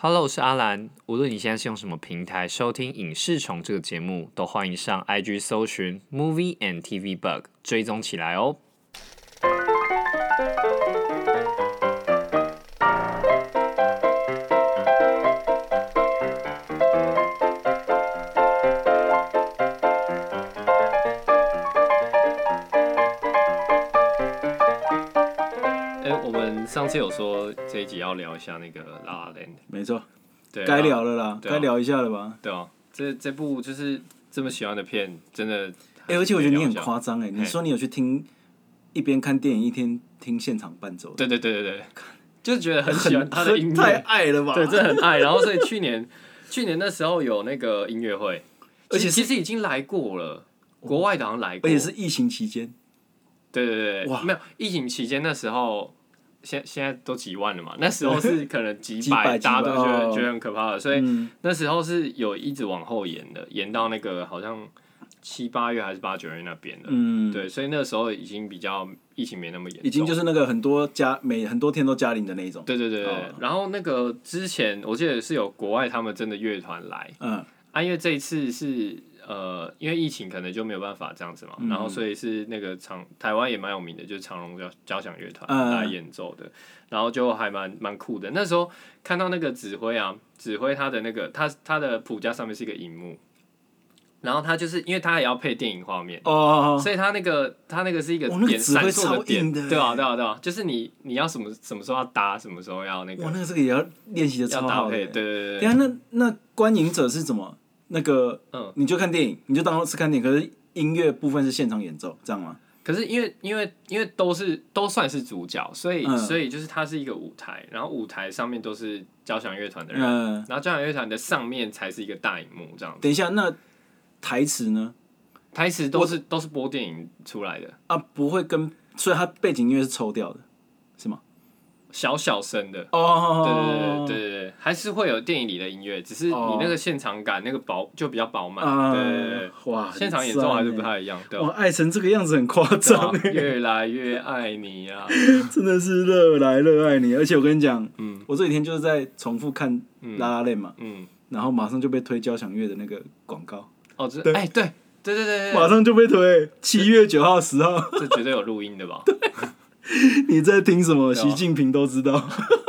Hello， 我是阿兰。无论你现在是用什么平台收听《影视虫》这个节目，都欢迎上 IG 搜寻 Movie and TV Bug 追踪起来哦。我们上次有说这一集要聊一下那个《La La Land》， 没错， 对， 该聊了啦，该聊一下了吧？ 对啊，这部就是这么喜欢的片，真的。 而且我觉得你很夸张你说你有去听，一边看电影一边听现场伴奏。 对，就是觉得很喜欢他的音乐， 太爱了吧？ 对，真的很爱。然后所以去年那时候有那个音乐会，而且其实已经来过了，国外的好像来过， 而且是疫情期间。 对，哇，没有疫情期间那时候。现在都几万了嘛，那时候是可能几百，大家都觉得很可怕的，所以那时候是有一直往后延的，延到那个好像7、8月还是8、9月那边的，对，所以那时候已经比较疫情没那么严重， 已经就是那个很多天都加零的那一种。 对，然后那个之前我记得是有国外他们真的乐团来，因为这一次是。因为疫情可能就没有办法这样子嘛，然后所以是那个台湾也蛮有名的，就是长荣交响乐团来演奏的，然后就还蛮酷的。那时候看到那个指挥他的那个他的谱架上面是一个荧幕，然后他就是因为他也要配电影画面，所以他那个是一个点闪烁的点，对啊，就是你要什么时候要搭，什么时候要那个， 哇，那个这个也要练习的超好的， 对。 等下那观影者是怎么？那个，你就看电影，你就当是看电影，可是音乐部分是现场演奏，这样吗？ 可是因为都算是主角，所以就是它是一个舞台，然后舞台上面都是交响乐团的人，然后交响乐团的上面才是一个大荧幕这样子。 等一下，那台词呢？ 台词都是播电影出来的啊，不会所以它背景音乐是抽掉的，是吗？ 小声的对，还是会有电影里的音乐，只是你那个现场感那个就比较饱满，对， 哇， 现场演奏还是不太一样，对吧？ 哇，爱成这个样子很夸张， 越来越爱你啊， 真的是热来热爱你，而且我跟你讲，我这几天就是在重复看《La La Land》嘛，然后马上就被推交响乐的那个广告， 对， 马上就被推7月9号、10号， 这绝对有录音的吧？ 你在听什么？习近平都知道。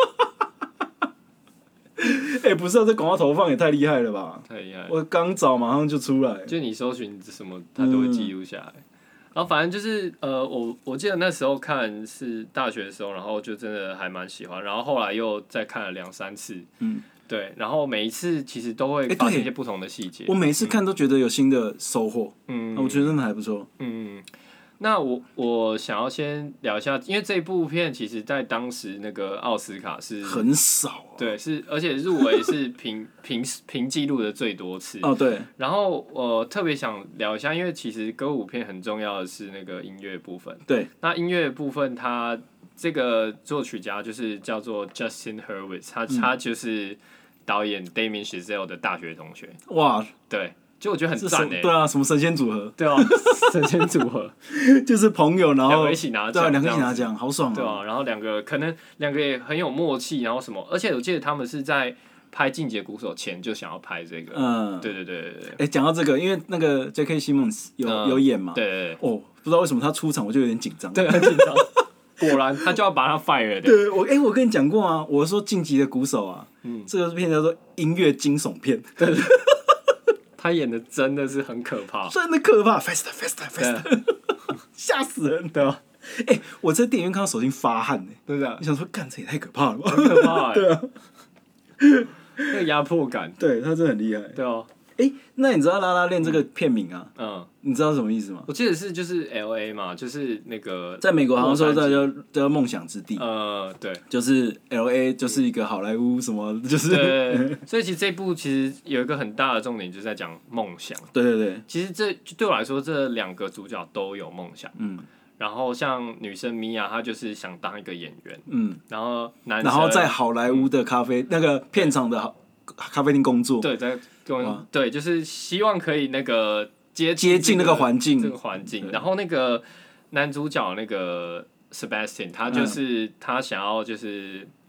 不是啊，这广告投放也太厉害了吧！ 太厉害！ 我刚找马上就出来， 就你搜寻什么，它都会记录下来。然后反正就是我记得那时候看是大学的时候，然后就真的还蛮喜欢，然后后来又再看了2、3次，对，然后每一次其实都会发现一些不同的细节。 我每次看都觉得有新的收获，我觉得真的还不错， 那我想要先聊一下，因为这部片其实在当时那个奥斯卡是很少， 对，而且入围是评纪录的最多次对。 然后我特别想聊一下，因为其实歌舞片很重要的是那个音乐部分， 对。 那音乐部分，它这个作曲家就是叫做 Justin Hurwitz， 他就是导演 Damien Chazelle 的大学同学，哇，对。就我觉得很赞对啊，什么神仙组合？ 对啊，神仙组合就是朋友，然后两个一起拿奖， 对，2个一起拿奖，好爽啊！ 对啊，然后两个也很有默契，然后什么，而且我记得他们是在拍《进阶鼓手》前就想要拍这个，对。 讲到这个，因为那个 J.K. Simmons 有演嘛， 对， 不知道为什么他出场我就有点紧张， 对，很紧张。果然，他就要把他 fire 的。 对，我跟你讲过啊，我说《晋级的鼓手》啊，这个片叫做音乐惊悚片，对。 他演的真的是很可怕， 真的可怕 ，faster， 吓死人，对吧？我在电影院看到手心发汗对不对？ 你想说，干这也太可怕了吧？ 很可怕， 对啊， 那个压迫感， 对他真的很厉害， 对啊。 那你知道《La La Land》这个片名啊？你知道什么意思吗？ 我记得就是 L.A. 嘛，就是那个在美国好像说叫梦想之地。 对， 就是 L.A. 就是一个好莱坞什么，就是对。所以其实这部其实有一个很大的重点，就是在讲梦想。 对。 其实这对我来说，这2个主角都有梦想。然后像女生米娅，她就是想当一个演员。然后然后在好莱坞的那个片场的咖啡厅工作。 对，对，就是希望可以那个接近那个环境， 然后那个男主角那个 Sebastian， 他就是他想要就是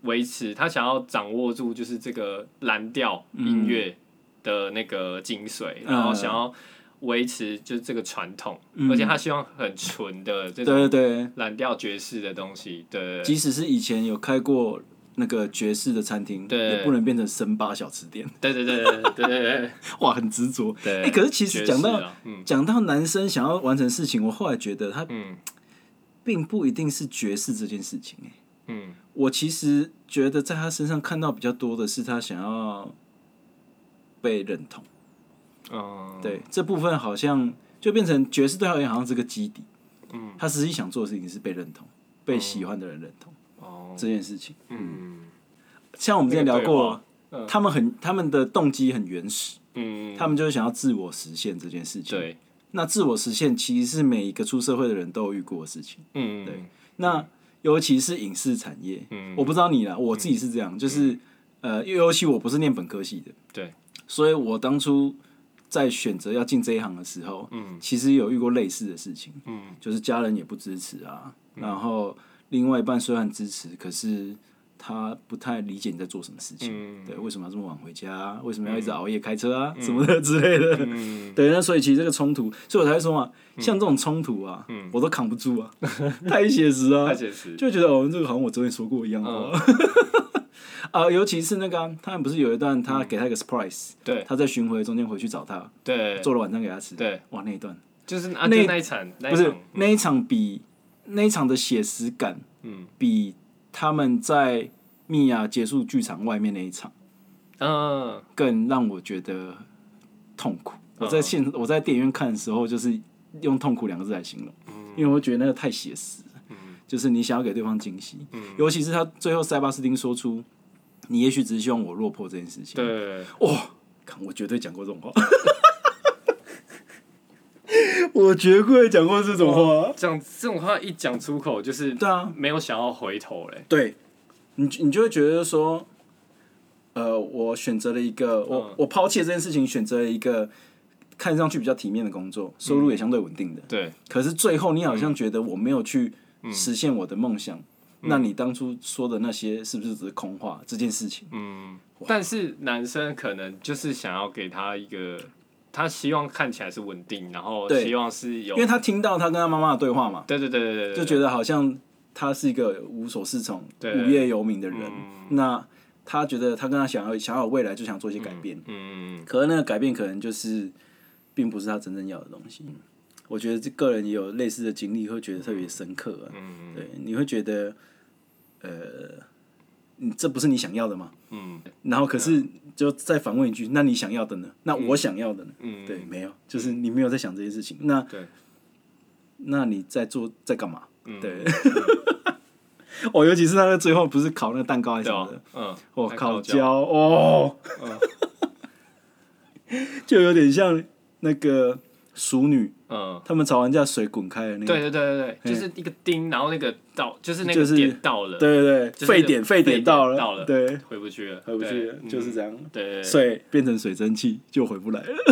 维持，他想要掌握住就是这个蓝调音乐的那个精髓，然后想要维持就是这个传统，而且他希望很纯的这种蓝调爵士的东西。对， 即使是以前有开过那个爵士的餐厅，也不能变成森巴小吃店。 对， 哇，很执着。可是其实讲到男生想要完成事情，我后来觉得他并不一定是爵士这件事情。我其实觉得在他身上看到比较多的是他想要被认同。对，这部分好像就变成爵士对他而言好像是个基底。他实际想做的事情是被认同，被喜欢的人认同。这件事情，像我们之前聊过，他们的动机很原始，他们就是想要自我实现这件事情。对，那自我实现其实是每一个出社会的人都有遇过的事情。对，那尤其是影视产业，我不知道你啦，我自己是这样，就是尤其我不是念本科系的，对，所以我当初在选择要进这一行的时候，其实有遇过类似的事情，就是家人也不支持啊，然后另外一半虽然支持，可是他不太理解你在做什么事情，对，为什么要这么晚回家？为什么要一直熬夜开车啊？什么的之类的，对，那所以其实这个衝突，所以我才会说嘛，像这种冲突啊，我都扛不住啊，太写实啊，就觉得这个好像我昨天说过一样的话。尤其是那个他们不是有一段他给他一个 surprise，他在巡回中间回去找他，做了晚餐给他吃，哇，那一段就是那一场， 不是那一场比那一场的写实感，比他们在米娅结束剧场外面那一场，更让我觉得痛苦。我在电影院看的时候，就是用痛苦2个字来形容，因为我觉得那个太写实了，就是你想要给对方惊喜，尤其是他最后塞巴斯汀说出“你也许只是希望我落魄”这件事情，对，哇，我绝对讲过这种话。我绝对讲过这种话， 讲这种话一讲出口，就是对啊，没有想要回头嘞。 对，你就会觉得说，我选择了一个，我抛弃了这件事情，选择了一个看上去比较体面的工作，收入也相对稳定的。对。可是最后你好像觉得我没有去实现我的梦想，那你当初说的那些是不是只是空话？这件事情。 但是男生可能就是想要给他一个。他希望看起来是稳定，然后希望是有， 因为他听到他跟他妈妈的对话嘛， 对， 就觉得好像他是一个无所适从、无业游民的人。那他觉得他跟他想要未来就想做一些改变，可是那个改变可能就是并不是他真正要的东西。我觉得这个人也有类似的经历，会觉得特别深刻。对，你会觉得这不是你想要的吗？然后可是就再反问一句，那你想要的呢？那我想要的呢？对，没有，就是你没有在想这些事情。那你在干嘛？对。尤其是他在最后不是烤那个蛋糕还是什么的，烤焦就有点像那个熟女，他们吵完架水滚开的那个，对，就是一个钉，然后那个就是那个点到了， 对，沸点到了，对， 回不去了， 就是这样，对，水变成水蒸气就回不来了。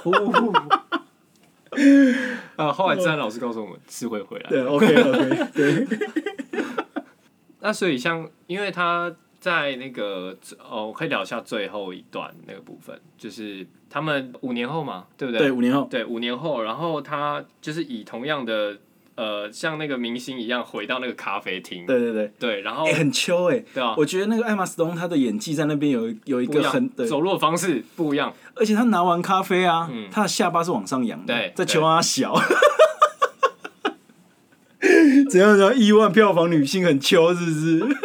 后来自然老师告诉我们是会回来， 对 ，OK， 对。 那所以因为他在那个我可以聊一下最后一段那个部分，就是他们5年后嘛，对不对？ 对，5年后。 对，5年后，然后他就是以同样的像那个明星一样回到那个咖啡厅。对，然后很秋对啊， 我觉得那个艾玛斯东他的演技在那边有一个很走路的方式不一样， 而且他拿完咖啡啊，他的下巴是往上扬的，在求他小。怎样亿万票房女星很秋是不是？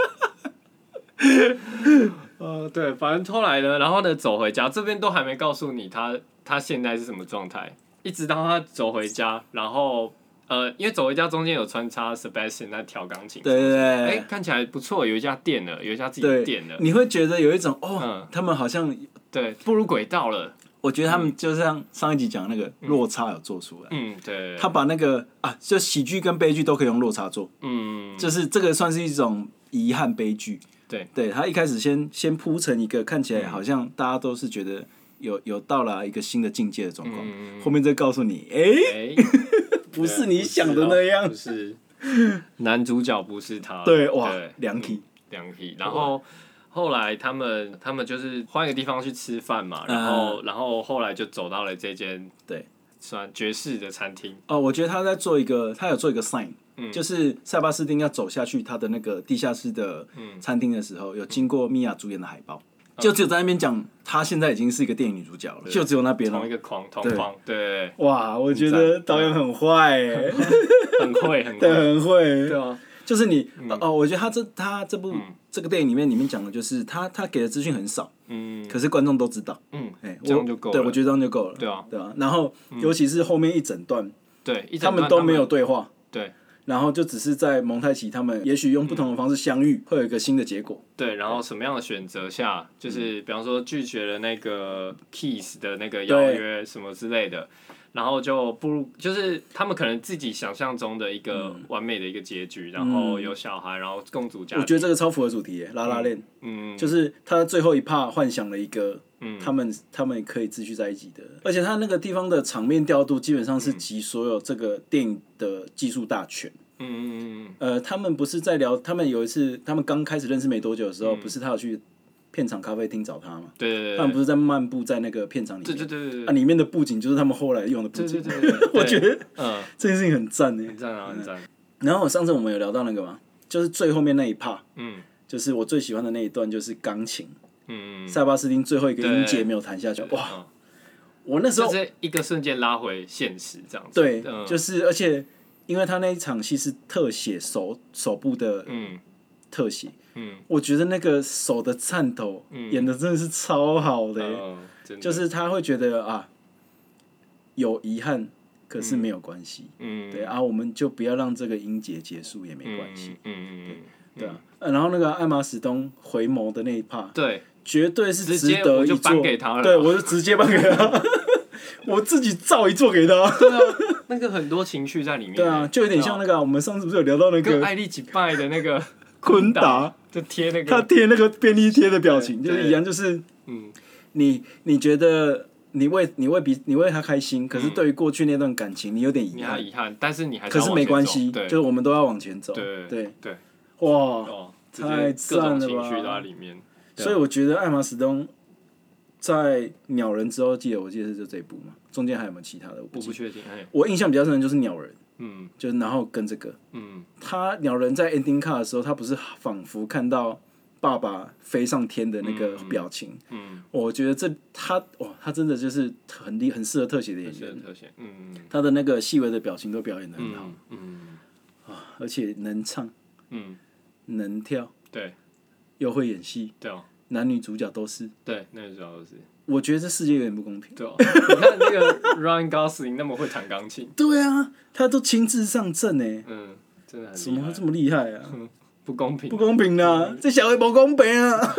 对，反正后来呢，然后呢走回家，这边都还没告诉你他现在是什么状态，一直到他走回家，然后因为走回家中间有穿插 Sebastian 在调钢琴， 对， 看起来不错，有一家店了，有一家自己的店了， 你会觉得有一种他们好像步入轨道了。 我觉得他们就像上一集讲的那个落差有做出来， 对， 他把那个就喜剧跟悲剧都可以用落差做，就是这个算是一种遗憾悲剧，对，他一开始先铺成一个看起来好像大家都是觉得有到了一个新的境界的状况，后面再告诉你，不是你想的那样， 不是，男主角不是他， 对，哇，两体， 两梯，然后后来他们就是换一个地方去吃饭嘛，然后后来就走到了这间算爵士的餐厅。 我觉得他有做一个 sign。就是塞巴斯汀要走下去他的那个地下室的餐厅的时候，有经过米娅主演的海报，就只有在那边讲，她现在已经是一个电影女主角了，就只有那边了。 同一个框，对。 哇，我觉得导演很坏哎， 很会， 对，很会， 对啊。 就是你我觉得他这部这个电影里面讲的就是他给的资讯很少，可是观众都知道， 这样就够了。 对，我觉得这样就够了， 对啊。 然后尤其是后面一整段， 对， 他们都没有对话， 对。 然后就只是在蒙太奇他们也许用不同的方式相遇，会有一个新的结果。 对，然后什么样的选择下，就是比方说拒绝了那个 Kiss 的那个邀约什么之类的，然后就不如就是他们可能自己想象中的一个完美的一个结局，然后有小孩，然后共组家庭。 我觉得这个超符合主题耶，拉拉链，就是他最后一 part 幻想了一个。他们可以继续在一起的，而且他那个地方的场面调度基本上是集所有这个电影的技术大全。他们不是在聊，他们有一次他们刚开始认识没多久的时候，不是他有去片场咖啡厅找他吗？ 对。 他们不是在漫步在那个片场里面？ 对。 里面的布景就是他们后来用的布景。对。我觉得这件事情很赞耶， 很赞啊，很赞。 然后上次我们有聊到那个嘛，就是最后面那一 part，就是我最喜欢的那一段，就是钢琴。塞巴斯汀最后一个音节没有弹下去，哇！我那时候就是一个瞬间拉回现实这样子。 对，就是而且因为他那一场戏是特写手部的特写，我觉得那个手的颤抖演的真的是超好的，就是他会觉得有遗憾，可是没有关系，对啊，我们就不要让这个音节结束也没关系，对啊，然后那个艾玛史东回眸的那一 part， 对。 绝对是值得一做，对，我就直接颁给他，我自己造一座给他。 对啊，那个很多情绪在里面。 对啊，就有点像那个我们上次不是有聊到那个艾利几拜的那个昆达， 就贴那个他贴那个便利贴的表情，就是一样，就是你觉得你为他开心，可是对于过去那段感情，你有点遗憾，但是你还可是没关系，就是我们都要往前走。对，哇，太赞了吧！ 情绪都在里面。 所以我觉得艾玛史东在鸟人之后，我记得是就这一部嘛，中间还有没有其他的？ 我不确定。 我印象比较深的就是鸟人，就然后跟这个，他鸟人在 ending card 的时候，他不是仿佛看到爸爸飞上天的那个表情，我觉得他真的就是很适合特写的演员，他的那个细微的表情都表演得很好，而且能唱，能跳， 对。 又会演戏， 对啊， 男女主角都是， 对，男女主角都是。 我觉得这世界有点不公平。 对啊，你看那个 Ryan Gosling 那么会弹钢琴。 对啊，他都亲自上阵哎。 真的很厉害。 怎么会这么厉害啊？ 不公平。 不公平啊！这小孩不公平啊！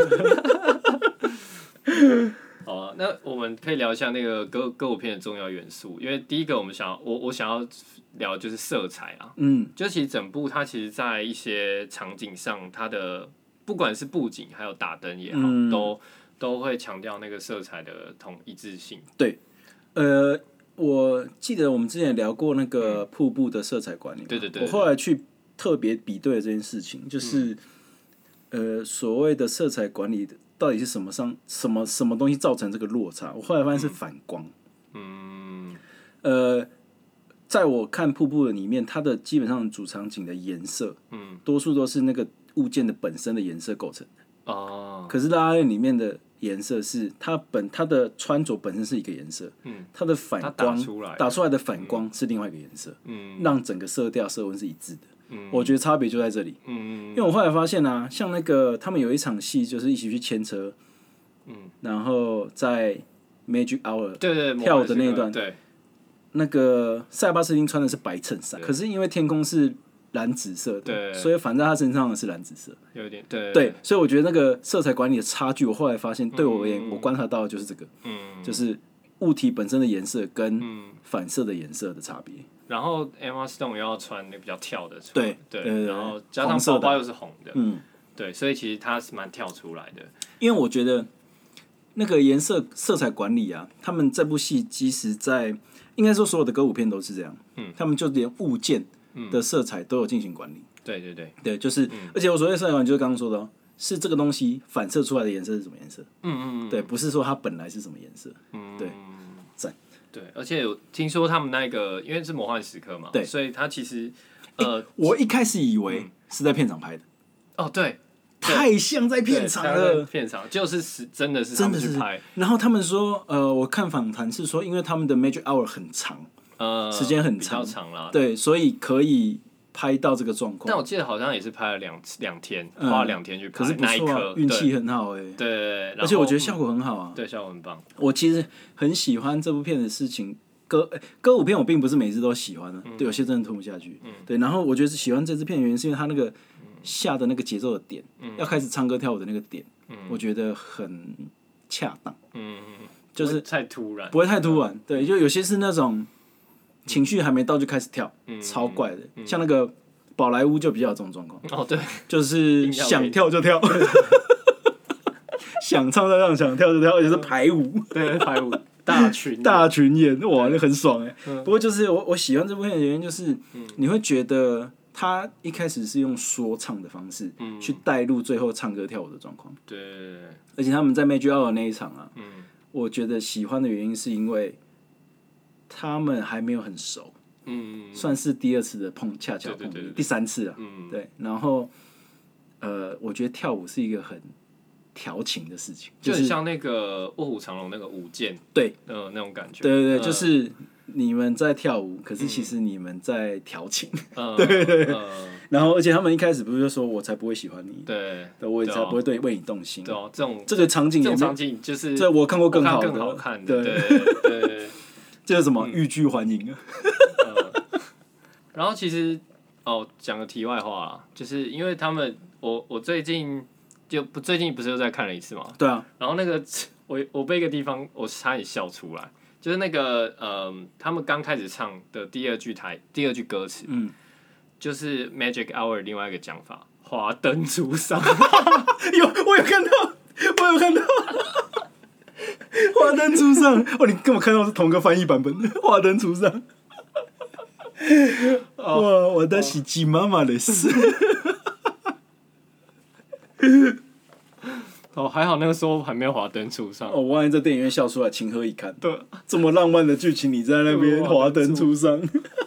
好啊，那我们可以聊一下那个歌舞片的重要元素，因为第一个我想要聊的就是色彩啊，就其实整部它其实在一些场景上，它的不管是布景还有打灯也好，都会强调那个色彩的一致性。 对，我记得我们之前聊过那个瀑布的色彩管理， 对， 我后来去特别比对了这件事情，就是所谓的色彩管理到底是什么东西造成这个落差？我后来发现是反光。在我看瀑布的里面，它的基本上主场景的颜色，多数都是那个物件的本身的颜色构成的。可是拉拉链里面的颜色是它的穿着本身是一个颜色，它的反光打出来的反光是另外一个颜色，让整个色调色温是一致的。我觉得差别就在这里。因为我后来发现啊，像那个他们有一场戏就是一起去牵车，然后在 Magic Hour 跳舞的那一段，那个塞巴斯汀穿的是白衬衫，可是因为天空是蓝紫色的，所以反在他身上的是蓝紫色， 有点对，所以我觉得那个色彩管理的差距，我后来发现对我而言，我观察到的就是这个，就是物体本身的颜色跟反射的颜色的差别。 然后 Emma Stone 又要穿那个比较跳的， 对， 然后加上包包又是红的，对，所以其实它是蛮跳出来的。 因为我觉得那个色彩管理啊，他们这部戏即使在应该说所有的歌舞片都是这样，他们就连物件的色彩都有进行管理。 对， 就是，而且我所谓的色彩管理就是刚刚说的是这个东西反射出来的颜色是什么颜色。对，不是说它本来是什么颜色。对，赞。 对，而且我听说他们那个，因为是魔幻时刻嘛，对，所以它其实我一开始以为是在片场拍的。 哦，对。 太像在片场了， 片场就是真的是他们去拍。 然后他们说，我看访谈是说，因为他们的 Magic Hour 很长，时间很长， 比较长啦， 对，所以可以拍到这个状况。 但我记得好像也是拍了两天，花了2天去拍， 可是不错啊，运气很好对， 而且我觉得效果很好啊， 对，效果很棒。 我其实很喜欢这部片的事情。歌舞片我并不是每次都喜欢的，对，有些真的吞不下去。对，然后我觉得喜欢这支片的原因是因为它那个下的那个节奏的点，要开始唱歌跳舞的那个点，我觉得很恰当。就是太突然， 不会太突然。对，就有些是那种情绪还没到就开始跳，超怪的。像那个宝莱坞就比较有这种状况。 哦，对， 就是想跳就跳，想唱就唱，想跳就跳，而且是排舞。 对，排舞。 大群演，哇，那很爽不过就是我喜欢这部片的原因，就是你会觉得他一开始是用说唱的方式去带入最后唱歌跳舞的状况。 对。 而且他们在 Magic Hour 那一场啊，我觉得喜欢的原因是因为他们还没有很熟，算是第2次的恰巧碰面，第3次啊，对。然后我觉得跳舞是一个很调情的事情， 就很像那个《卧虎藏龙》那个舞剑， 对， 那种感觉。 对，就是你们在跳舞，可是其实你们在调情。对。然后，而且他们一开始不是就说我才不会喜欢你， 对， 我也才不会为你动心。 对， 这个场景， 就是这我看过更好看的，对。这是什么欲拒还迎啊？ 然后其实讲个题外话啦，就是因为他们，我最近不是又再看了一次嘛？ 对啊。 然后那个我被一个地方我差点笑出来，就是那个他们刚开始唱的第二句歌词，就是 Magic Hour 另外一个讲法，华灯初上。 我有看到。华灯初上，你跟我看到是同个翻译版本的华灯初上。哇，我的是鸡妈妈的事。 还好那个时候还没有华灯初上。 我万一在电影院笑出来，情何以堪？对，这么浪漫的剧情，你在那边华灯初上。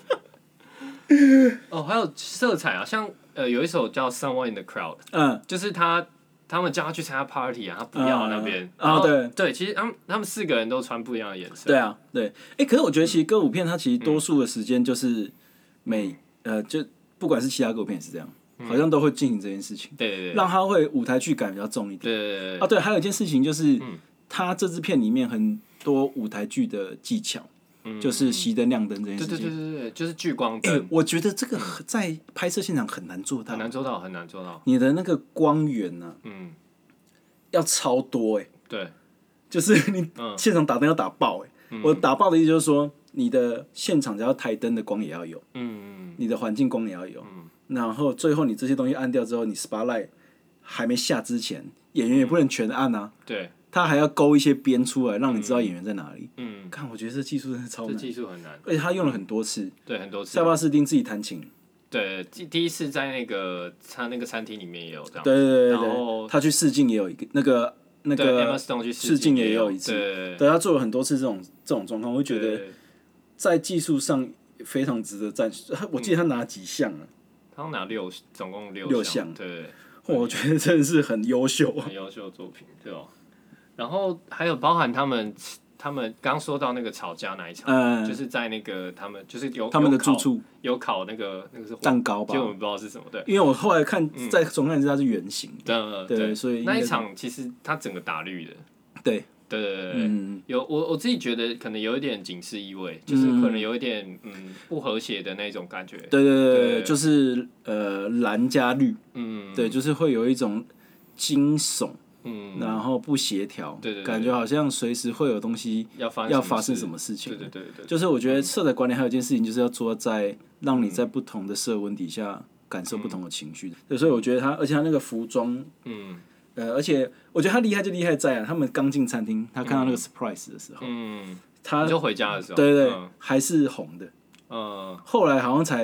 还有色彩啊，像有一首叫《Someone in the Crowd》，就是他们叫他去参加 party 啊，他不要那边。对，其实他们4个人都穿不一样的颜色。 对啊，对。可是我觉得其实歌舞片它其实多数的时间就是就不管是其他歌舞片也是这样。好像都会进行这件事情， 对， 让它会舞台剧感比较重一点。对，还有一件事情就是，它这支片里面很多舞台剧的技巧，就是熄灯亮灯这件事情。对，就是聚光灯。 我觉得这个在拍摄现场很难做到， 很难做到。 你的那个光源呢，要超多对， 就是你现场打灯要打爆我打爆的意思就是说，你的现场只要台灯的光也要有，你的环境光也要有。然后最后你这些东西按掉之后，你 spotlight 还没下之前，演员也不能全按啊。 对， 他还要勾一些边出来，让你知道演员在哪里。看，我觉得这技术真的超难， 这技术很难， 而且他用了很多次。 对，很多次。 塞巴斯汀自己弹琴。 对，第一次在他那个餐厅里面也有这样。 对。 然后他去试镜也有一个那个 Emma Stone 去试镜也有一次。对，他做了很多次这种状况，我就觉得在技术上非常值得赞许。我记得他拿几项啊？ 他拿总共6项，对， 我觉得真的是很优秀， 很优秀的作品，对哦。然后还有包含他们刚说到那个吵架那一场，就是在那个他们就是他们的住处有烤那个是蛋糕吧， 就我们不知道是什么，对。 因为我后来再重看一次，它是圆形的，对，所以那一场其实它整个打绿的， 对。 有我自己觉得可能有一点警示意味，就是可能有一点不和谐的那种感觉。 对，就是蓝加绿，对，就是会有一种惊悚，然后不协调，感觉好像随时会有东西要发生什么事情。 对， 就是我觉得色彩管理还有一件事情，就是要做在让你在不同的色温底下感受不同的情绪。所以我觉得而且他那个服装，而且我觉得他厉害就厉害在他们刚进餐厅，他看到那个 surprise 的时候， 他就回家的时候， 对，还是红的，后来好像才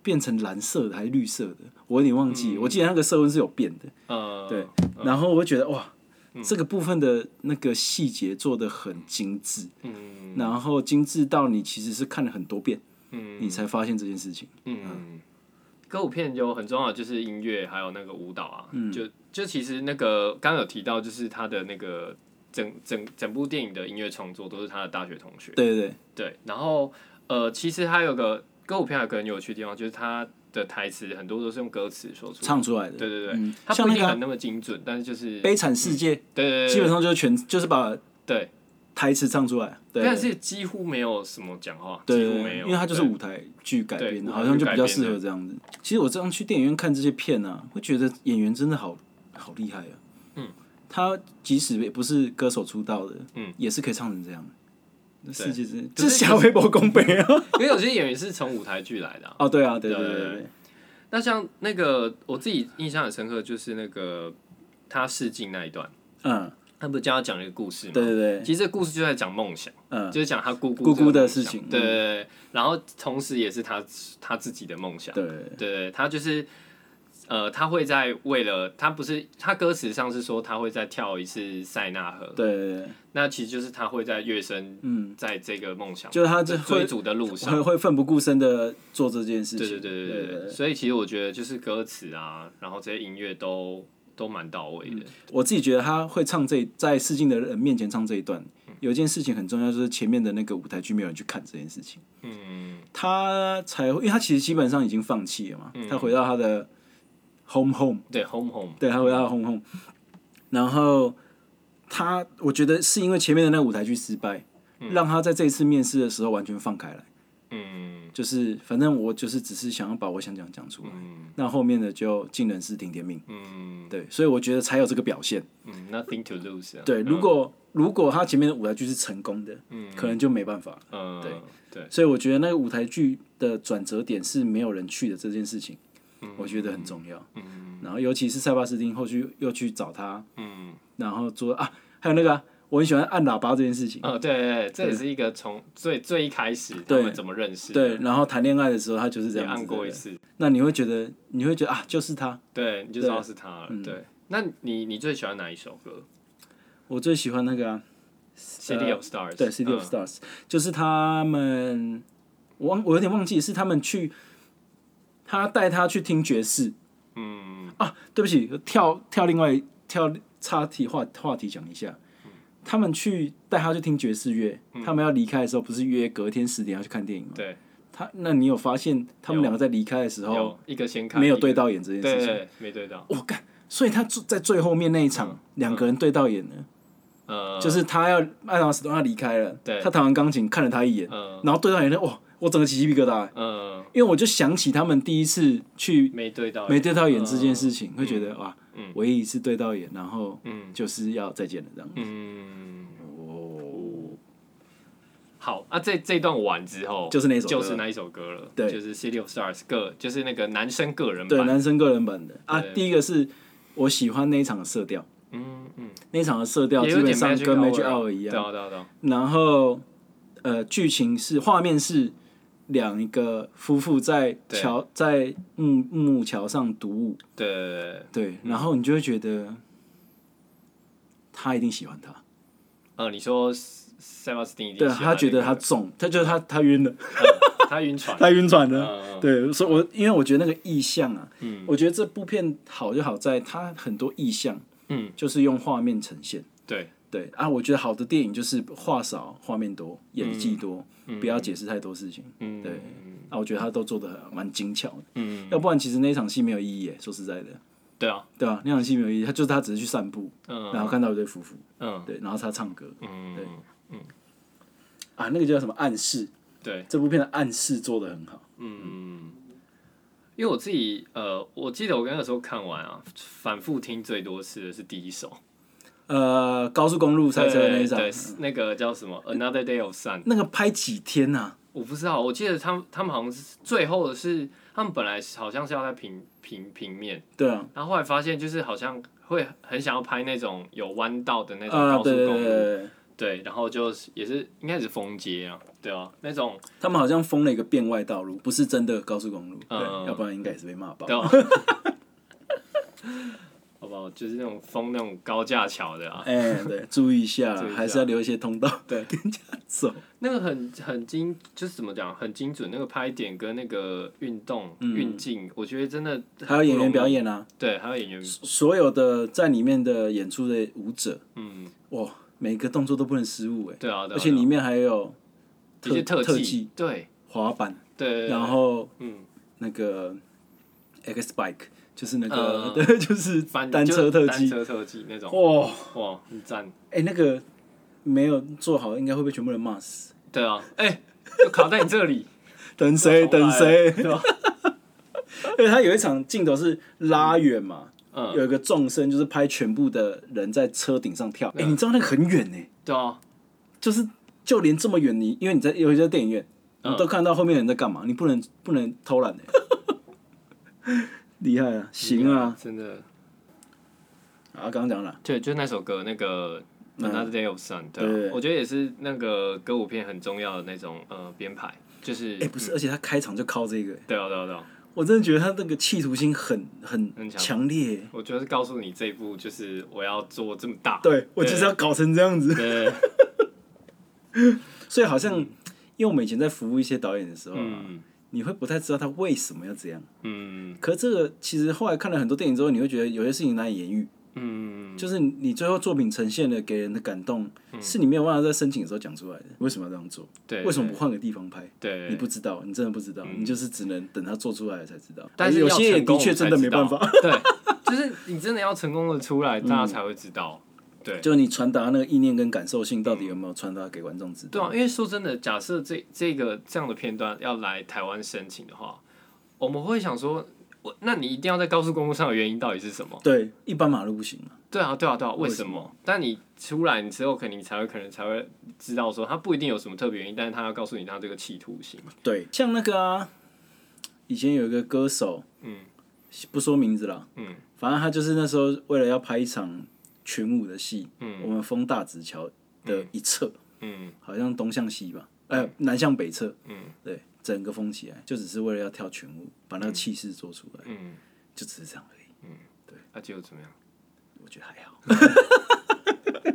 变成蓝色的还是绿色的，我有点忘记，我记得那个色温是有变的，对，然后我会觉得哇，这个部分的那个细节做得很精致，然后精致到你其实是看了很多遍，你才发现这件事情， 歌舞片有很重要的就是音乐，还有那个舞蹈啊，就其实那个刚刚有提到，就是他的那个整部电影的音乐创作都是他的大学同学。对，然后其实还有个歌舞片，还有个很有趣的地方，就是他的台词很多都是用歌词说出来唱出来的。 对，他不一定很那么精准，但是就是悲惨世界， 对， 基本上就是把台词唱出来， 但是几乎没有什么讲话， 几乎没有， 因为它就是舞台剧改编的，好像就比较适合这样子。其实我这样去电影院看这些片啊，会觉得演员真的好厉害啊。他即使也不是歌手出道的，也是可以唱成这样。世界真这是下微博公平啊！ 因为有些演员是从舞台剧来的。 哦，对啊，对。 那像那个我自己印象很深刻，就是那个他试镜那一段，他不是叫他讲一个故事吗？ 对。 其实这个故事就在讲梦想，就是讲他姑姑的事情。 对，然后同时也是他自己的梦想。对，他就是。他会在为了他不是他歌词上是说他会再跳一次塞纳河， 对， 那其实就是他会在跃升，在这个梦想， 就是他追逐的路上会奋不顾身的做这件事情。 对，所以其实我觉得就是歌词啊，然后这些音乐都蛮到位的。 我自己觉得他会唱在试镜的人面前唱这一段，有一件事情很重要，就是前面的那个舞台剧没有人去看这件事情，他才因为他其实基本上已经放弃了嘛，他回到他的。home 对 home 对，他回到 home， 然后我觉得是因为前面的那个舞台剧失败，让他在这一次面试的时候完全放开来，就是反正我就是只是想要把我想讲出来，那后面的就尽人事听天命，对，所以我觉得才有这个表现 ，nothing to lose， 对，如果他前面的舞台剧是成功的，可能就没办法了，对，所以我觉得那个舞台剧的转折点是没有人去的这件事情。我觉得很重要，然后尤其是塞巴斯汀后续又去找他，然后做还有那个我很喜欢按喇叭这件事情， 对，这也是一个从最一开始他们怎么认识， 对，然后谈恋爱的时候他就是这样子， 按过一次， 那你会觉得就是他， 对，你就知道是他了，对，那你最喜欢哪一首歌？ 我最喜欢那个 City of Stars， 对 City of Stars，就是他们，我有点忘记是他们去。他带他去听爵士，对不起，跳岔题话题讲一下，他们带他去听爵士乐，他们要离开的时候，不是约隔天10点要去看电影吗？ 对， 那你有发现他们两个在离开的时候， 一个先看， 没有对到眼这件事情， 对，没对到。 我干，所以他在最后面那一场，两个人对到眼了，就是他要艾达·斯顿要离开了，他弹完钢琴看了他一眼，然后对到眼，哇！我整个起鸡皮疙瘩，因为我就想起他们第一次去没对到眼这件事情，会觉得哇，唯一一次对到眼，然后就是要再见了这样子。 好啊，这一段完之后， 就是那一首歌了， 对， 就是 City of Stars 就是那个男生个人版， 对，男生个人版的啊。第一个是我喜欢那一场的色调，那一场的色调基本上跟 Magic Hour 一样， 对。 然后剧情画面是。两个夫妇在木桥上独舞，对，然后你就会觉得他一定喜欢他。 你说塞巴斯汀一定喜欢他觉得他中，他觉得他晕了， 他晕船， 他晕船了。对，所以因为我觉得那个意象啊，我觉得这部片好就好在它很多意象，就是用画面呈现。对啊，我觉得好的电影就是话少，画面多，演技多，不要解释太多事情。对，我觉得他都做的蛮精巧的。要不然其实那一场戏没有意义耶，说实在的。 对啊， 那场戏没有意义，他只是去散步，然后看到一对夫妇，对，然后他唱歌，对，那个叫什么暗示？ 对， 这部片的暗示做的很好。 因为我自己我记得我那个时候看完啊，反复听最多次的是第一首。 高速公路赛车那一场， 对，那个叫什么 Another Day of Sun， 那个拍几天啊？ 我不知道，我记得他们好像是最后的是，他们本来好像是要在平面， 对啊， 然后后来发现就是好像会很想要拍那种有弯道的那种高速公路， 对，然后也是应该是封街啊，对啊，那种他们好像封了一个变外道路，不是真的高速公路，对，要不然应该也是被骂爆。 对啊好不好？就是那种封那种高架桥的啊。 对，注意一下，还是要留一些通道， 对， 跟人家走。 那个很精，就是怎么讲，很精准。那个拍点跟那个运动运镜，我觉得真的。 还有演员表演啊。 对，还有演员。 所有的在里面的演出的舞者，哇，每个动作都不能失误对啊， 而且里面还有一些特技， 对， 滑板， 对， 然后那个 X Bike。就是那个，对，就是单车特技那种，哇，很赞。 那个没有做好，应该会被全部人骂死。 对啊，就卡在你这里， 等谁？对吧？因为他有一场镜头是拉远嘛，有一个纵深，就是拍全部的人在车顶上跳。你知道那个很远呢？ 对啊， 就连这么远，因为你有些电影院，你都看到后面人在干嘛，你不能偷懒厉害啊，行啊， 真的。 刚刚讲了， 对，就那首歌，那个《Another Day of Sun》，对，我觉得也是那个歌舞片很重要的那种编排，就是。 不是，而且他开场就靠这个。 对啊。 我真的觉得他那个企图心很强烈。 我觉得是告诉你这一部就是我要做这么大， 对我就是要搞成这样子。对。所以好像，因为我们以前在服务一些导演的时候你会不太知道他为什么要这样。可是这个其实后来看了很多电影之后，你会觉得有些事情难以言喻。就是你最后作品呈现的给人的感动，是你没有办法在申请的时候讲出来的。为什么要这样做？ 对， 为什么不换个地方拍？ 对， 你不知道，你真的不知道，你就是只能等他做出来才知道。 但是有些也的确真的没办法。 对，就是你真的要成功的出来，大家才会知道。对， 就你传达那个意念跟感受性到底有没有传达给观众知道？ 对啊，因为说真的，假设这样的片段要来台湾申请的话，我们会想说，那你一定要在高速公路上的原因到底是什么？ 对，一般马路不行嘛。 对啊，为什么？但你出来你之后，可能才会知道说，他不一定有什么特别原因，但是他要告诉你他这个企图心。 对，像那个以前有一个歌手，不说名字了，反正他就是那时候为了要拍一场群舞的戏，我们封大直桥的一侧，好像东向西吧，南向北侧，对，整个封起来，就只是为了要跳群舞，把那个气势做出来，就只是这样而已，对。 那结果怎么样？ 我觉得还好，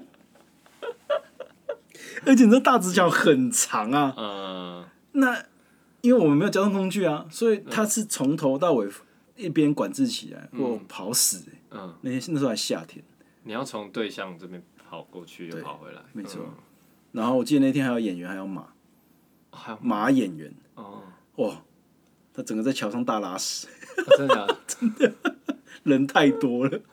而且你知道大直桥很长啊，那因为我们没有交通工具啊，所以它是从头到尾一边管制起来，我跑死那时候还夏天， 你要从对向这边跑过去又跑回来， 没错。然后我记得那天还有演员，还有马演员，哇，他整个在桥上大拉屎， 真的真的人太多了。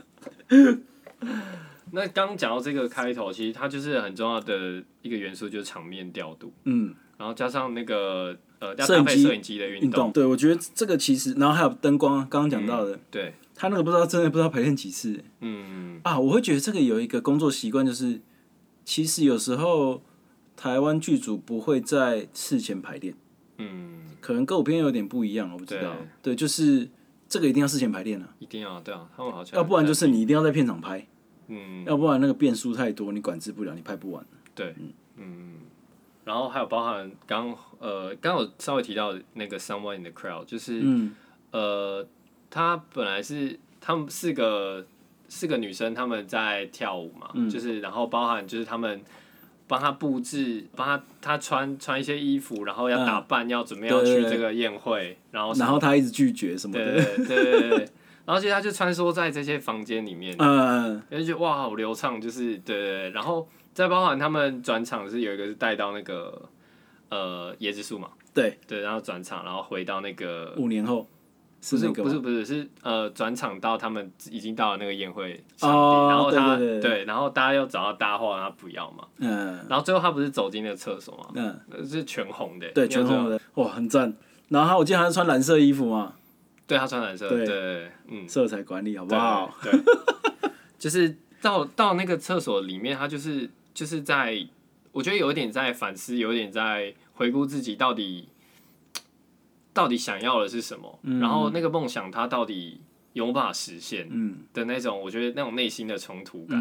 那刚讲到这个开头，其实它就是很重要的一个元素，就是场面调度。然后加上那个要搭配摄影机的运动。 对，我觉得这个其实，然后还有灯光，刚刚讲到的。 对。 他那个真的不知道排练几次。我会觉得这个有一个工作习惯，就是其实有时候台湾剧组不会在事前排练。可能歌舞片有点不一样，我不知道。对，就是这个一定要事前排练啊。 一定要，对啊，他们好像。 要不然就是你一定要在片场拍。要不然那个变数太多，你管制不了，你拍不完。 对，然后还有包含刚有稍微提到那个 Someone in the Crowd， 就是他本来是他们四个女生，他们在跳舞嘛，就是然后包含就是他们帮他布置，帮他穿一些衣服，然后要打扮，要准备要去这个宴会，然后他一直拒绝什么的， 对。然后其实他就穿梭在这些房间里面，就觉得哇好流畅，就是对，然后再包含他们转场是有一个是带到那个椰子树嘛，对，然后转场，然后回到那个 5年后，不是转场到他们已经到了那个宴会场地，然后对，然后大家又找到搭话，他不要嘛，然后最后他不是走进那个厕所嘛，是全红的， 对，全红的，哇，很赞。然后我记得他是穿蓝色衣服嘛。 对，他穿蓝色，对， 色彩管理好不好？ 对，就是到那个厕所里面，他就是在，我觉得有一点在反思，有一点在回顾自己到底想要的是什么，然后那个梦想他到底有没有办法实现的那种，我觉得那种内心的冲突感。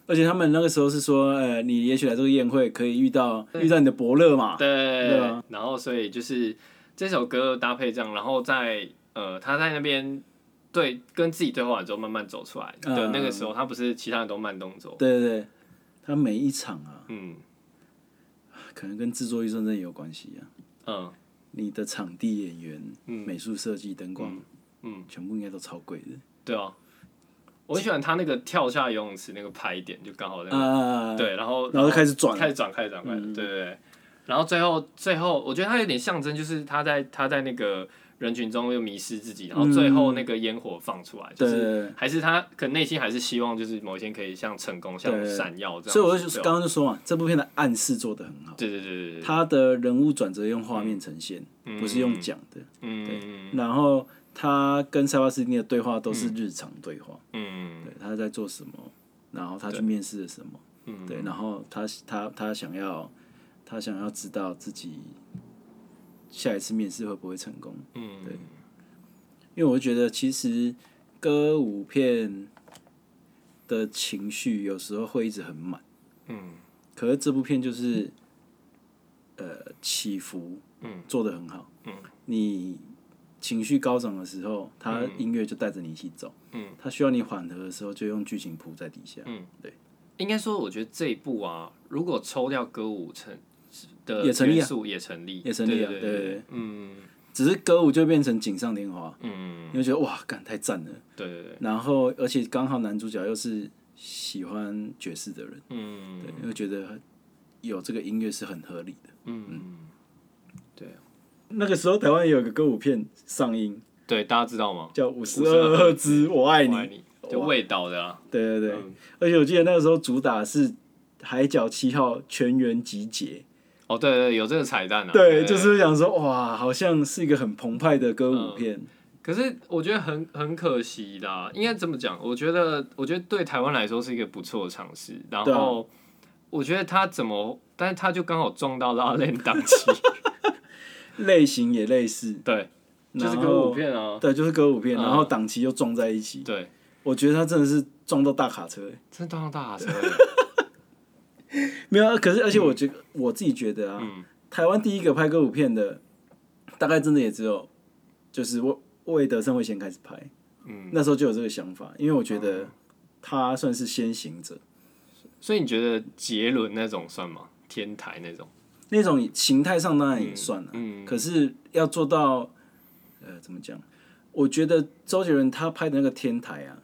而且他们那个时候是说，你也许来这个宴会可以遇到你的伯乐嘛。 对啊。然后所以就是这首歌搭配这样，然后他在那边跟自己对话完之后慢慢走出来的那个时候，他不是其他人都慢动作。 对对对，他每一场啊，可能跟制作预算真的有关系啊。你的场地、演员、美术设计、灯光，全部应该都超贵的。 对啊。我很喜欢他那个跳下游泳池那个拍点，就刚好那个对，然后就开始转， 对对对。然后最后，我觉得他有点象征，就是他在那个人群中又迷失自己，然后最后那个烟火放出来，就是还是他可能内心还是希望，就是某一天可以像成功、像闪耀这样。 所以我就刚刚就说嘛，这部片的暗示做得很好。 对。 他的人物转折用画面呈现，不是用讲的。对。然后他跟塞巴斯汀的对话都是日常对话。对，他在做什么，然后他去面试了什么。对，然后他想要知道自己下一次面试会不会成功。对，因为我觉得其实歌舞片的情绪有时候会一直很满。可是这部片就是起伏做得很好。你情绪高涨的时候，他音乐就带着你一起走。他需要你缓和的时候，就用剧情铺在底下。对。 应该说，我觉得这一部啊，如果抽掉歌舞的元素也成立啊。对。只是歌舞就变成锦上添花。你会觉得哇，干太赞了。 对。 然后，而且刚好男主角又是喜欢爵士的人。对，你会觉得有这个音乐是很合理的。 对。 那个时候台湾也有个歌舞片上映， 对，大家知道吗？ 叫52赫兹我爱你， 就味道的啊。 对。而且我记得那个时候主打是海角7号全员集结。 对，有这个彩蛋啊。 对，就是想说哇，好像是一个很澎湃的歌舞片。 可是我觉得很可惜啦，应该这么讲，我觉得对台湾来说是一个不错的尝试。然后我觉得但是他就刚好撞到拉链档期。 类型也类似。 对。就是歌舞片啊。 对，就是歌舞片，然后档期又撞在一起。 对。 我觉得他真的是撞到大卡车。 真的撞到大卡车。 没有啊，可是而且我自己觉得啊，台湾第一个拍歌舞片的，大概真的也只有就是魏德胜会先开始拍。那时候就有这个想法，因为我觉得他算是先行者。 所以你觉得杰伦那种算吗？天台那种形态上当然也算了。可是要做到怎么讲？我觉得周杰伦他拍的那个天台啊，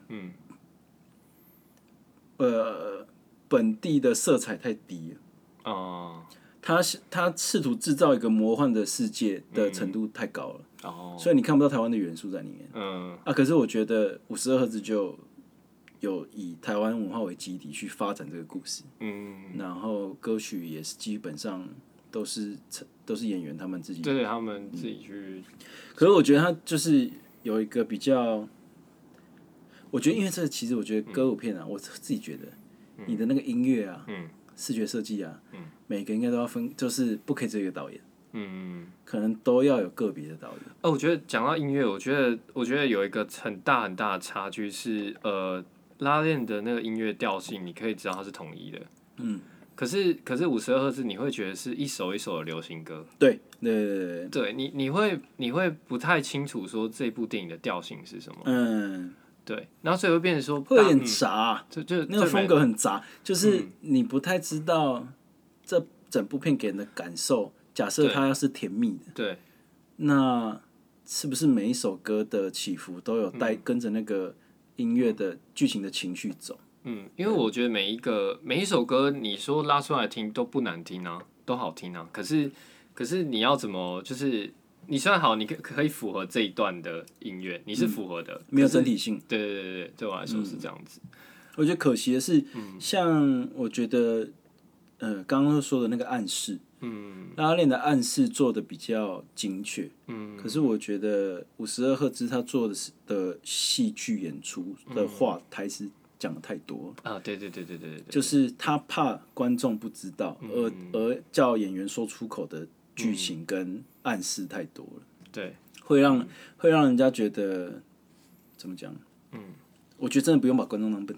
本地的色彩太低了。他试图制造一个魔幻的世界的程度太高了。所以你看不到台湾的元素在里面。可是我觉得52赫兹就有以台湾文化为基底去发展这个故事。然后歌曲也是基本上都是演员他们自己。 对，他们自己去。 可是我觉得他就是有一个比较，我觉得因为这其实我觉得歌舞片啊，我自己觉得你的那个音乐啊，视觉设计啊，每个应该都要分，就是不可以只有一个导演。可能都要有个别的导演。 我觉得讲到音乐，我觉得有一个很大很大的差距是，拉链的那个音乐调性，你可以知道它是统一的。可是52赫兹你会觉得是一首一首的流行歌。 对， 你会不太清楚说这部电影的调性是什么。对，然后所以会变成说会有点杂，就那个风格很杂，就是你不太知道这整部片给人的感受。假设它要是甜蜜的， 对， 那是不是每一首歌的起伏都有跟着那个音乐的剧情的情绪走？ 因为我觉得每一首歌，你说拉出来听都不难听啊，都好听啊。可是你要怎么，就是你虽然好，你可以符合这一段的音乐，你是符合的， 没有整体性。 对，对我来说是这样子。 我觉得可惜的是，像我觉得刚刚说的那个暗示。拉链的暗示做的比较精确。可是我觉得52赫兹他做的戏剧演出的话，台词讲的太多了。 对， 就是他怕观众不知道，而叫演员说出口的剧情跟暗示太多了。 对， 会让人家觉得怎么讲？我觉得真的不用把观众当笨蛋。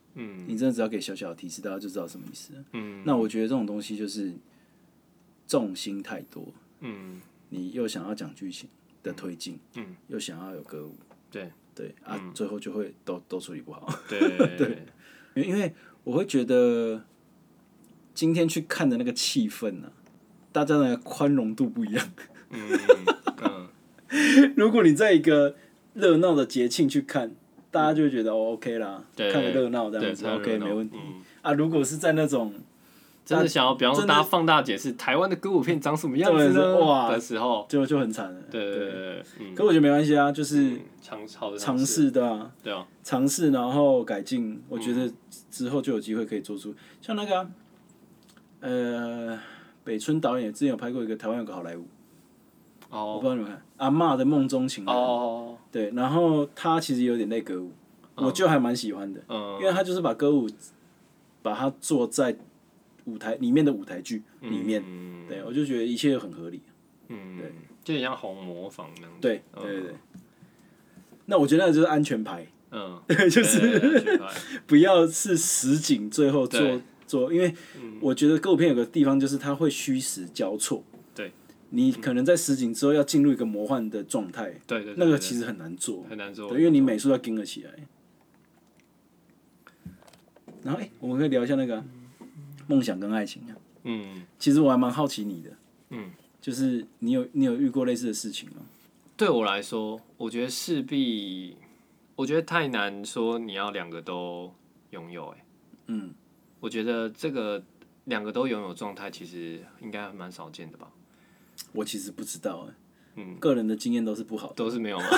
你真的只要给小小的提示，大家就知道什么意思了。那我觉得这种东西就是重心太多。你又想要讲剧情的推进，又想要有歌舞，对啊，最后就会都处理不好。对，因为我会觉得今天去看的那个气氛啊，大家的宽容度不一样。如果你在一个热闹的节庆去看，大家就会觉得OK 啦，看个热闹这样子 OK 没问题。啊，如果是在那种真的想要，比方说大家放大解释台湾的歌舞片长什么样子呢？哇的时候， 就很惨了。 对， 可我觉得没关系啊，就是尝试的啊， 对啊， 尝试然后改进，我觉得之后就有机会可以做出像那个北村导演之前有拍过一个台湾有个好莱坞，我不知道你们看《阿嬷的梦中情人》对，然后他其实有点类歌舞，我就还蛮喜欢的，因为他就是把歌舞把它做在舞台里面的舞台剧里面，对我就觉得一切很合理，对， 就很像红模仿那样。 对。那我觉得那就是安全牌，对，就是不要是实景最后做，因为我觉得歌舞片有个地方就是它会虚实交错， 对， 你可能在实景之后要进入一个魔幻的状态， 对， 那个其实很难做， 对， 因为你美术要跟得起来。然后我们可以聊一下那个梦想跟爱情啊。其实我还蛮好奇你的。就是你有遇过类似的事情吗？ 对我来说，我觉得势必，我觉得太难说你要两个都拥有。我觉得这个两个都拥有状态，其实应该蛮少见的吧。 我其实不知道个人的经验都是不好的， 都是没有吗？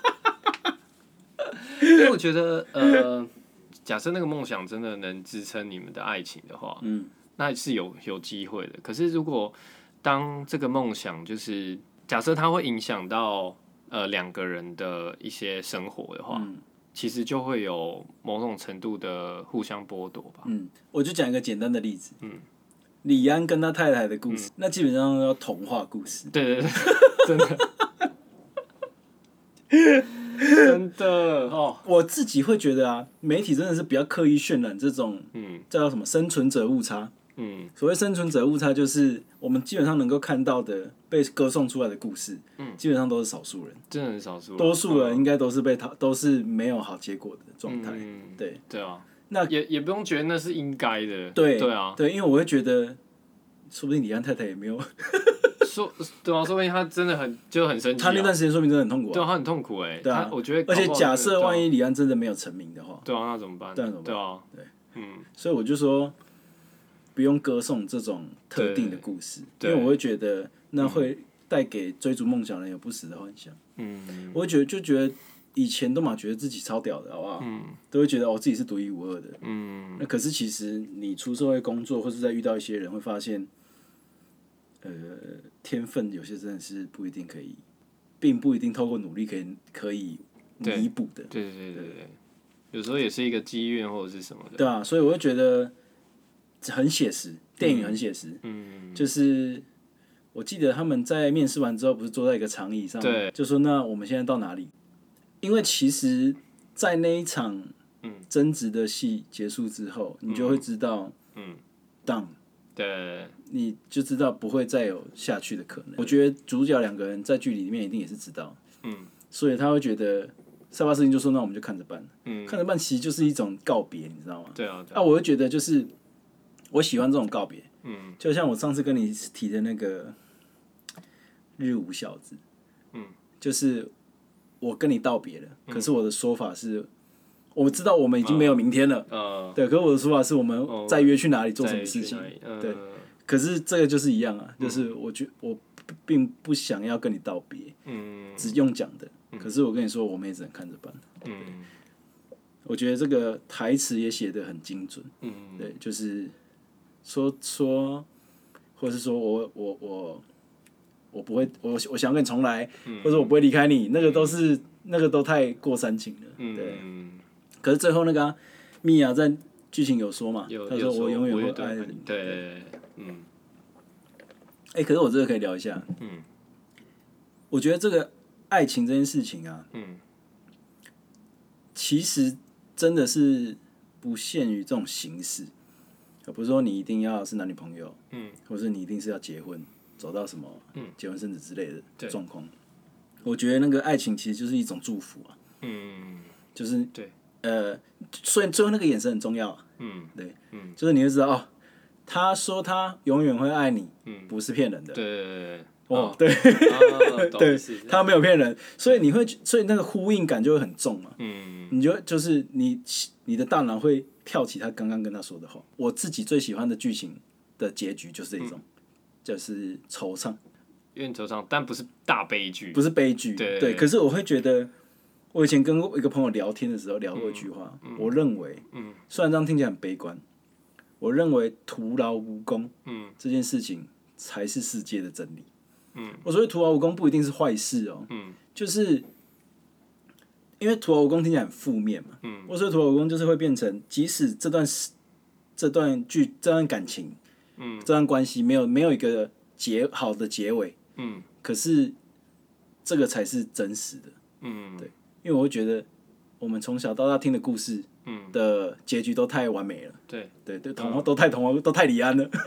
因为我觉得假设那个梦想真的能支撑你们的爱情的话，那是有机会的。可是如果当这个梦想就是假设它会影响到两个人的一些生活的话，其实就会有某种程度的互相剥夺吧。 我就讲一个简单的例子。李安跟他太太的故事，那基本上要童话故事。 对，真的。真的哦， 我自己会觉得啊，媒体真的是比较刻意渲染这种，叫什么生存者误差。所谓生存者误差，就是我们基本上能够看到的被歌颂出来的故事，基本上都是少数人， 真的很少数。 多数人应该都是都是没有好结果的状态。 对啊， 那也不用觉得那是应该的。 对啊， 对，因为我会觉得，说不定李安太太也没有。 对啊，说不定他真的很生气。 他那段时间说不定真的很痛苦。 对啊，他很痛苦对啊，我觉得。 而且假设万一李安真的没有成名的话， 对啊，那怎么办？对啊， 所以我就说，不用歌颂这种特定的故事，因为我会觉得那会带给追逐梦想的人有不实的幻想。我会觉得以前都嘛觉得自己超屌的，好不好？都会觉得自己是独一无二的。那可是其实你出社会工作，或是在遇到一些人，会发现。天分有些真的是不一定可以，并不一定透过努力可以弥补的。 对，有时候也是一个机缘或者是什么的。 对啊，所以我会觉得很写实，电影很写实。就是我记得他们在面试完之后，不是坐在一个长椅上，就说那我们现在到哪里？因为其实，在那一场争执的戏结束之后，你就会知道，down。 对， 你就知道不会再有下去的可能。我觉得主角两个人在剧里面一定也是知道，所以他会觉得塞巴斯汀就说：“那我们就看着办。”看着办其实就是一种告别，你知道吗？ 对啊。 我会觉得就是我喜欢这种告别，就像我上次跟你提的那个日舞小子，就是我跟你道别了，可是我的说法是。我知道我们已经没有明天了，对。可是我的说法是我们再约去哪里做什么事情，对。可是这个就是一样啊，就是我并不想要跟你道别，只用讲的。可是我跟你说，我们也只能看着办。我觉得这个台词也写得很精准，对，就是说，或者是说我不会，我想要跟你重来，或者我不会离开你，那个都太过煽情了，对。可是最后那个米娅在剧情有说嘛，他说我永远会爱着你。 对， 可是我这个可以聊一下。我觉得这个爱情这件事情啊，其实真的是不限于这种形式，不是说你一定要是男女朋友，或是你一定是要结婚，走到什么结婚生子之类的状况。我觉得那个爱情其实就是一种祝福啊，就是对， 所以最后那个眼神很重要啊，对，就是你会知道哦，他说他永远会爱你，不是骗人的， 对， 哦，对，对，他没有骗人，所以所以那个呼应感就会很重嘛，你就是你的大脑会跳起他刚刚跟他说的话。我自己最喜欢的剧情的结局就是这种，就是惆怅。 有点惆怅，但不是大悲剧， 不是悲剧，对。可是我会觉得，我以前跟一个朋友聊天的时候聊过一句话，我认为，虽然这样听起来很悲观，我认为徒劳无功，这件事情才是世界的真理。我所谓徒劳无功不一定是坏事哦，就是因为徒劳无功听起来很负面嘛，我所谓徒劳无功就是会变成，即使这段感情，这段关系没有一个好的结尾。可是这个才是真实的，对，因为我会觉得我们从小到大听的故事，的结局都太完美了，对，童话都太李安了，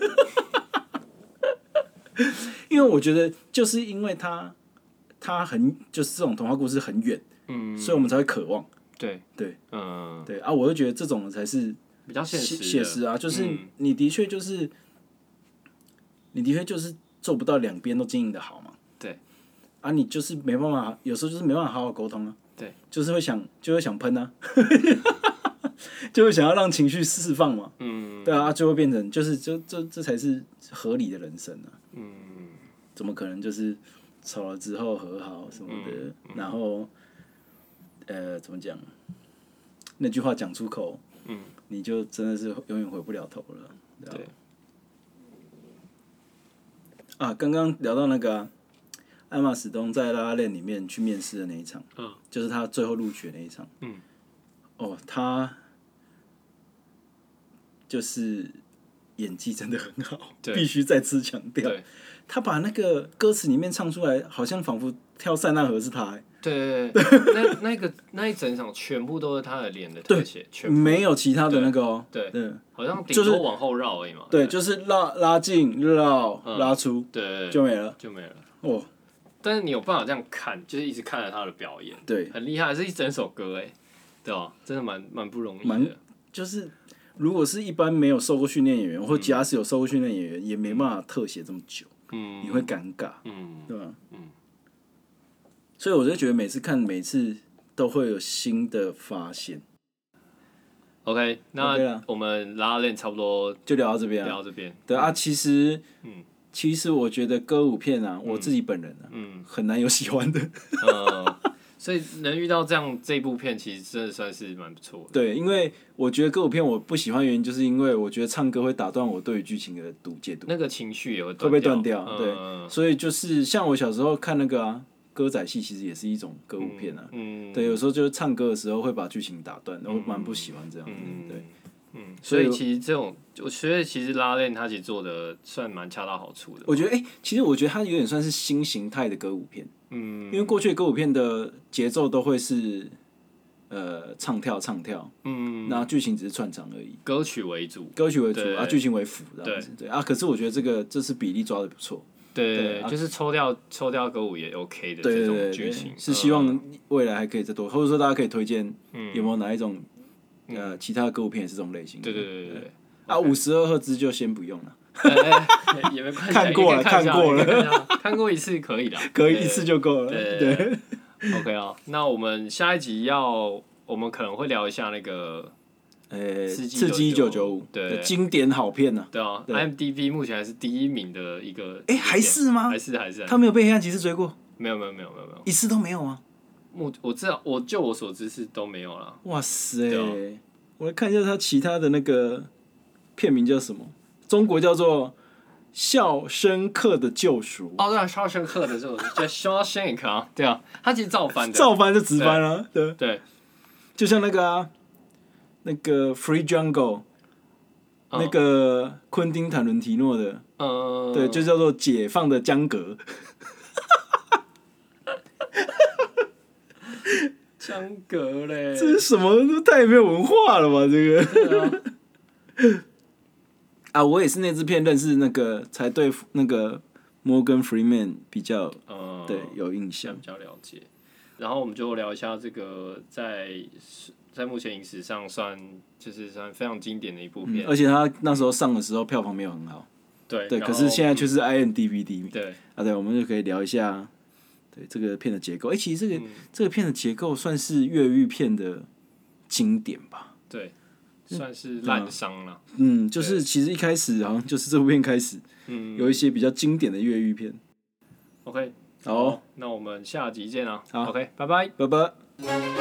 因为我觉得就是因为他就是这种童话故事很远，所以我们才会渴望，对，啊，我就觉得这种才是比较写实啊，就是你的确就是做不到两边都经营的好嘛。对。啊，你就是没办法，有时候就是没办法好好沟通啊。对。就会想喷啊，就会想要让情绪释放嘛。对啊，就会变成这才是合理的人生啊。怎么可能就是吵了之后和好什么的，然后怎么讲？那句话讲出口，你就真的是永远回不了头了。对。啊，刚刚聊到那个艾玛史东在《拉拉链》里面去面试的那一场，就是他最后录取的那一场。哦，他就是演技真的很好，必须再次强调。他把那个歌词里面唱出来，好像仿佛跳塞纳河是他。 对，那一整场全部都是他的脸的特写， 没有其他的那个哦。 对，好像顶多往后绕而已嘛。 对，就是拉进绕拉出， 对， 就没了。 哦，但是你有办法这样看，就是一直看着他的表演，对，很厉害，是一整首歌哎，对吧？真的蛮不容易的。 就是如果是一般没有受过训练演员，或假使有受过训练演员，也没办法特写这么久，你会尴尬，对吧？所以我就觉得每次都会有新的发现。 OK， 那我们拉拉链差不多就聊到这边，对啊，其实我觉得歌舞片啊，我自己本人啊，很难有喜欢的。 所以能遇到这部片，其实真的算是蛮不错的。 对，因为我觉得歌舞片我不喜欢的原因，就是因为我觉得唱歌会打断我对于剧情的解读， 那个情绪也会被断掉。对，所以就是像我小时候看那个啊。歌仔戏其实也是一种歌舞片啊，对，有时候就是唱歌的时候会把剧情打断，我蛮不喜欢这样子，对， 所以其实我觉得其实拉链他其实做的算蛮恰到好处的。 我觉得其实我觉得它有点算是新形态的歌舞片，因为过去的歌舞片的节奏都会是唱跳，然后剧情只是串场而已， 歌曲为主啊，剧情为辅这样子，对啊，可是我觉得这次比例抓的不错。 对，就是抽掉歌舞也 OK 的这种剧情， 是希望未来还可以再多，或者说大家可以推荐有没有哪一种其他的歌舞片也是这种类型的？对。啊，52赫兹就先不用了， 也没关系， 看过了， 看过一次可以的， 可以一次就够了。对 ，OK 啊，那我们下一集我们可能会聊一下那个。 刺激1995的经典好片呢？ 对啊 ，IMDB 目前还是第1名的一个。 还是吗？ 还是。 他没有被黑暗骑士追过？ 没有， 一次都没有吗？ 我知道，就我所知是都没有了。 哇塞！我来看一下他其他的那个片名叫什么？中国叫做《肖申克的救赎》。 哦，对啊，《肖申克的救赎》叫 Shawshank 啊，对啊，他其实照翻就直翻了，对，就像那个 Free Jungle， 那个昆汀坦伦提诺的，对，就叫做解放的江格。 相隔嘞， 这是什么？太没有文化了吧？这个。啊，我也是那支片认识那个，才对那个 Morgan Freeman 比较对有印象， 比较了解。然后我们就聊一下这个在目前影史上算非常经典的一部片， 而且他那时候上的时候票房没有很好，对，可是现在就是 IMDb 对啊，对，我们就可以聊一下对这个片的结构。其实这个片的结构算是越狱片的经典吧， 对，算是烂伤了。 就是其实一开始好像就是这部片开始，有一些比较经典的越狱片。 OK， 好， 那我们下集见啊。 好 ，OK， 拜拜， 拜拜。